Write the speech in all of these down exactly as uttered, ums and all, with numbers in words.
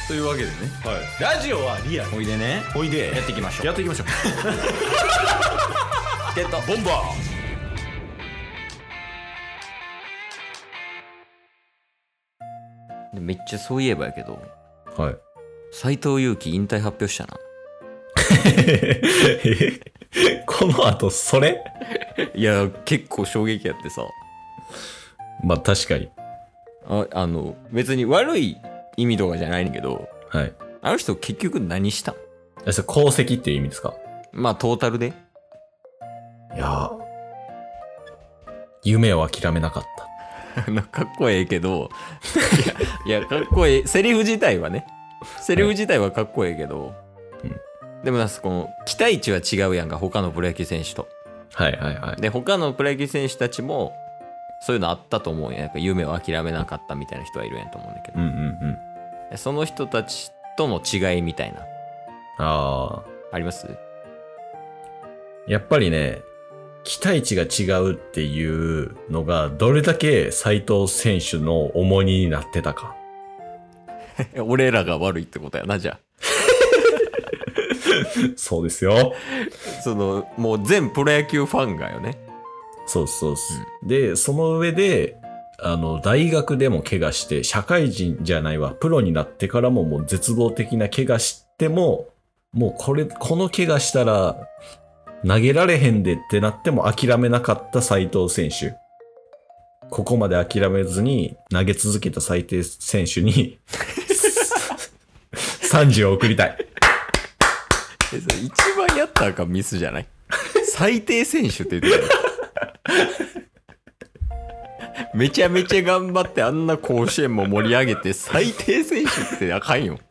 というわけでね、 はい、ラジオはリアル。 おいでね、 おいでやっていきましょう。 やっていきましょう。 ゲットボンバー。めっちゃそういえばやけど、 はい。 斎藤佑樹引退発表したな。 この後それいや結構衝撃やってさ。 まあ確かに。 ああの別に悪い意味とかじゃないんだけど、 はい。 あの人結局何したん？ え、それ功績っていう意味ですか？ まあトータルで。 いや夢を諦めなかった。 かっこええけどいや、いやかっこええ、セリフ自体はね、セリフ自体はかっこええけど、 うん、 でもなんかこの期待値は違うやんか、他のプロ野球選手と。 はいはいはい。 で他のプロ野球選手たちもそういうのあったと思うんや。なんか夢を諦めなかったみたいな人はいるんやと思うんだけど、 うんうんうん。 その人たちとの違いみたいな、 ああ。 あります？ やっぱりね、期待値が違うっていうのがどれだけ斉藤選手の重荷になってたか。 俺らが悪いってことやな、じゃあ。 そうですよ。 そのもう全プロ野球ファンがよね。 そうそうそう、うん、でその上であの大学でも怪我して社会人じゃないわプロになってからももう絶望的な怪我してももうこれこの怪我したら投げられへんでってなっても諦めなかった斉藤選手。ここまで諦めずに投げ続けた斉藤選手に賛辞を送りたい。 え、それ一番やったらかミスじゃない？最低選手って言ってたよ。めちゃめちゃ頑張ってあんな甲子園も盛り上げて最低選手ってあかんよ。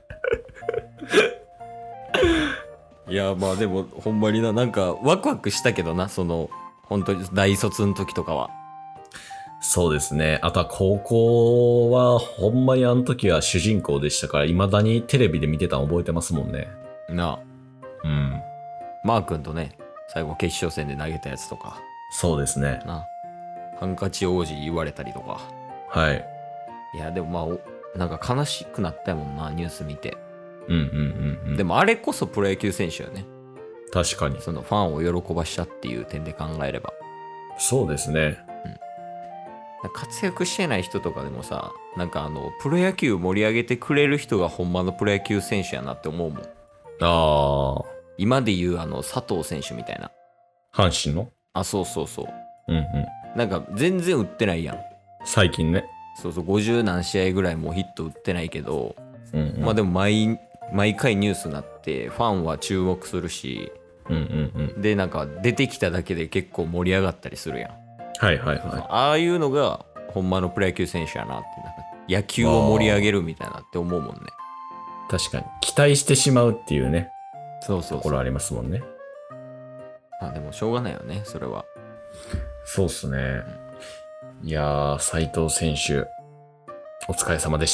いやまあでもほんまにな、なんかワクワクしたけどな、その本当に大卒の時とかは。 そうですね。あとは高校はほんまにあの時は主人公でしたから未だにテレビで見てたの覚えてますもんね。 なあ。 うん。 マー君とね、最後決勝戦で投げたやつとか。 そうですね。 なあ。ハンカチ王子言われたりとか。 はい。 いやでもまあなんか悲しくなったもんな、ニュース見て。 うんうんうんうん。 でもあれこそプロ野球選手よね。 確かに。 そのファンを喜ばしちゃっていう点で考えれば。 そうですね。 うん。活躍してない人とかでもさ、なんかあのプロ野球盛り上げてくれる人がほんまのプロ野球選手やなって思うもん。 ああ。 今で言うあの佐藤選手みたいな。 阪神の？ あ、そうそうそう。 うんうん。 なんか全然打ってないやん。 最近ね。 そうそう、ごじゅう何試合ぐらいもうヒット打ってないけど、 うんうん、 まあでも毎毎回ニュースになってファンは注目するし、 うんうんうん、 でなんか出てきただけで結構盛り上がったりするやん。 はいはいはい。 ああいうのがほんまのプロ野球選手やなって、なんか野球を盛り上げるみたいなって思うもんね。 確かに期待してしまうっていうね。 そうそうそう。 ところありますもんね。 あ、でもしょうがないよね、それは。 そうっすね。うん、いやー、斉藤選手お疲れ様でした。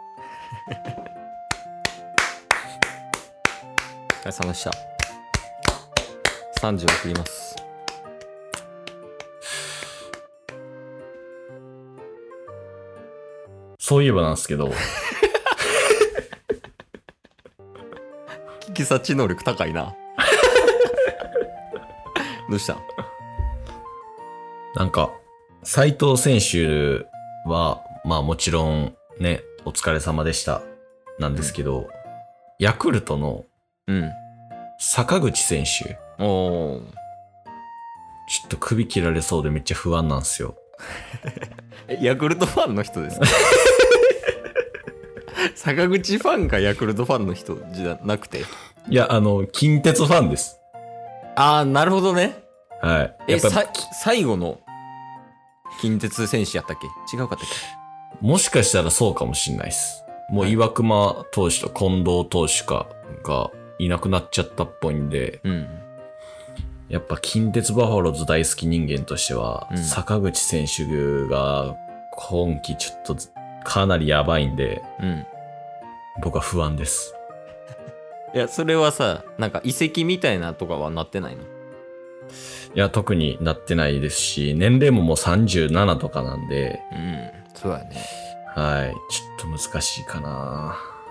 お疲れ様でした。さんじを送ります。 そういえばなんですけど聞き察知能力高いな。どうした？ なんか斉藤選手はまあもちろんねお疲れ様でしたなんですけど、うん、ヤクルトの坂口選手、 うん、おー、 ちょっと首切られそうでめっちゃ不安なんですよ。 え、ヤクルトファンの人ですか？坂口ファンがヤクルトファンの人じゃなくて？ いや、あの近鉄ファンです。 あー、なるほどね。 はい。 え、さ最後の近鉄選手やったっけ？違うかったっけ？もしかしたらそうかもしんないです。もう岩隈投手と近藤投手かがいなくなっちゃったっぽいんで、うん、やっぱ近鉄バファローズ大好き人間としては、うん、坂口選手が今季ちょっとかなりやばいんで、うん、僕は不安です。 いや、それはさ、なんか移籍みたいなとかはなってないの？ いや、特になってないですし、年齢ももうさんじゅうななとかなんで、 うん、そうだね。 はい、ちょっと難しいかな。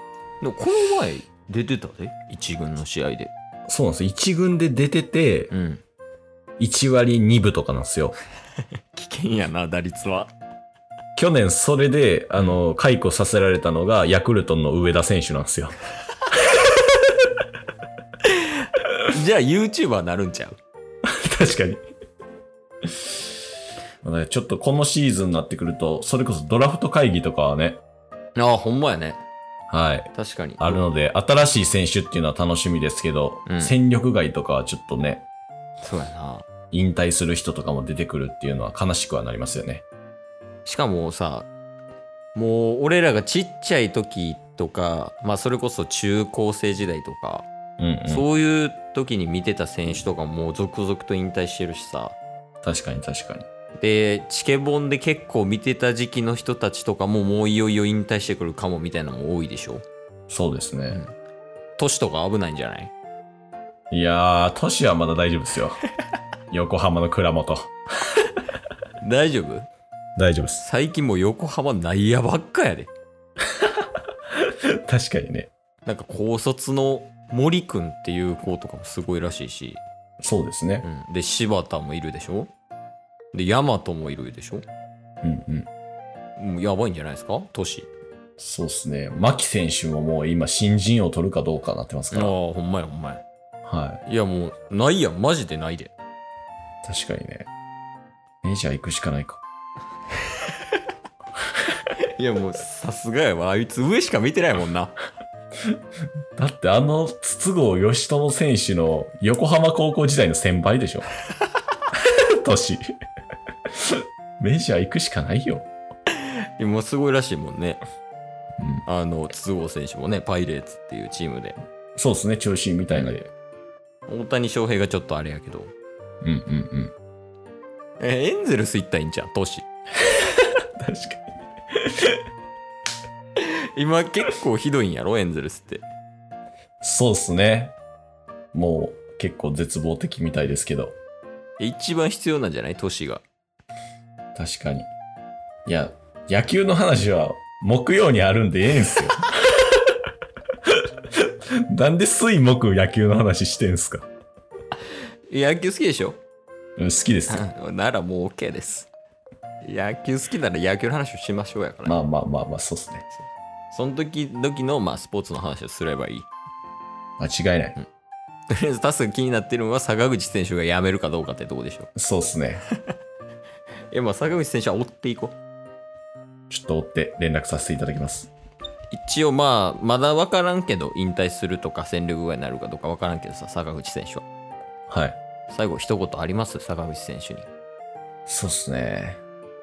でもこの前出てたで一軍の試合で。 そうなんですよ。一軍で出てて、 うん。 いち割にぶとかなんですよ。 危険やな、打率は。 去年それで、あの、解雇させられたのがヤクルトの上田選手なんですよ。 じゃあ YouTuber なるんちゃう？ 確かに。ちょっとこのシーズンになってくると、それこそドラフト会議とかはね。 ああ、ほんまやね。 はい。 確かに。 あるので、新しい選手っていうのは楽しみですけど、うん、戦力外とかはちょっとね。 そうやな。 引退する人とかも出てくるっていうのは悲しくはなりますよね。 しかもさ、もう俺らがちっちゃい時とか、まあそれこそ中高生時代とか、うんうん、そういう時に見てた選手とかも続々と引退してるしさ。 確かに確かに。 で、チケボンで結構見てた時期の人たちとかももういよいよ引退してくるかもみたいなのも多いでしょ。 そうですね。うん、 都市とか危ないんじゃない？ いやー、都市はまだ大丈夫ですよ。横浜の倉本。 大丈夫？ 大丈夫です。 最近もう横浜内野ばっかやで。 確かにね。 なんか高卒の森くんっていう子とかもすごいらしいし。 そうですね。 うん、で、柴田もいるでしょ。で、大和もいるでしょ。 うんうん。もうやばいんじゃないですか、都市。 そうですね。牧選手ももう今新人を取るかどうかなってますから。 ああ、ほんまやほんまや。 はい。 いやもうないやん、マジでないで。 確かにね。メジャー行くしかないか。 いやもうさすがやわ、あいつ上しか見てないもんな。 だってあの筒香嘉智選手の横浜高校時代の先輩でしょ。年。メジャー行くしかないよ。 今すごいらしいもんね。 うん、 あの筒香選手もね、パイレーツっていうチームで。 そうですね、調子いいみたいなで。 大谷翔平がちょっとあれやけど。 うんうんうん。 え、エンゼルス行ったらいいんじゃん、投資。 確かに。 今結構ひどいんやろ、エンゼルスって。 そうっすね。もう結構絶望的みたいですけど。 一番必要なんじゃない、投資が。 確かに。いや、野球の話は木曜にあるんでええんすよ。なんで水木野球の話してんすか？ 野球好きでしょ？ うん、好きですよ。ならもう OK です。野球好きなら野球の話をしましょうやから。 まあまあまあまあ、そうっすね。 その時々の、まあ、スポーツの話をすればいい。 間違いない。うん、 とりあえずタスが気になってるのは坂口選手が辞めるかどうかってとこでしょ。 そうっすね。 いや、まあ坂口選手は追っていこう。ちょっと追って連絡させていただきます。 一応まあまだ分からんけど、引退するとか戦力外になるかどうか分からんけどさ、坂口選手は。 はい。 最後一言あります？坂口選手に。 そうっすね。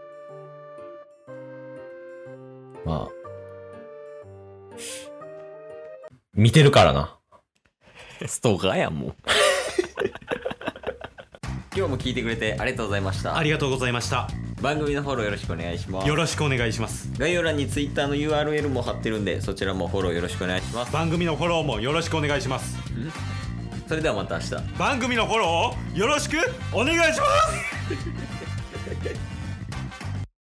まあ見てるからな。 ストーカーやんもう。今日も聞いてくれてありがとうございました。 ありがとうございました。 番組のフォローよろしくお願いします。 よろしくお願いします。 概要欄に Twitter の ユーアールエル も貼ってるんで、そちらもフォローよろしくお願いします。 番組のフォローもよろしくお願いします。 それではまた明日。 番組のフォローをよろしくお願いします。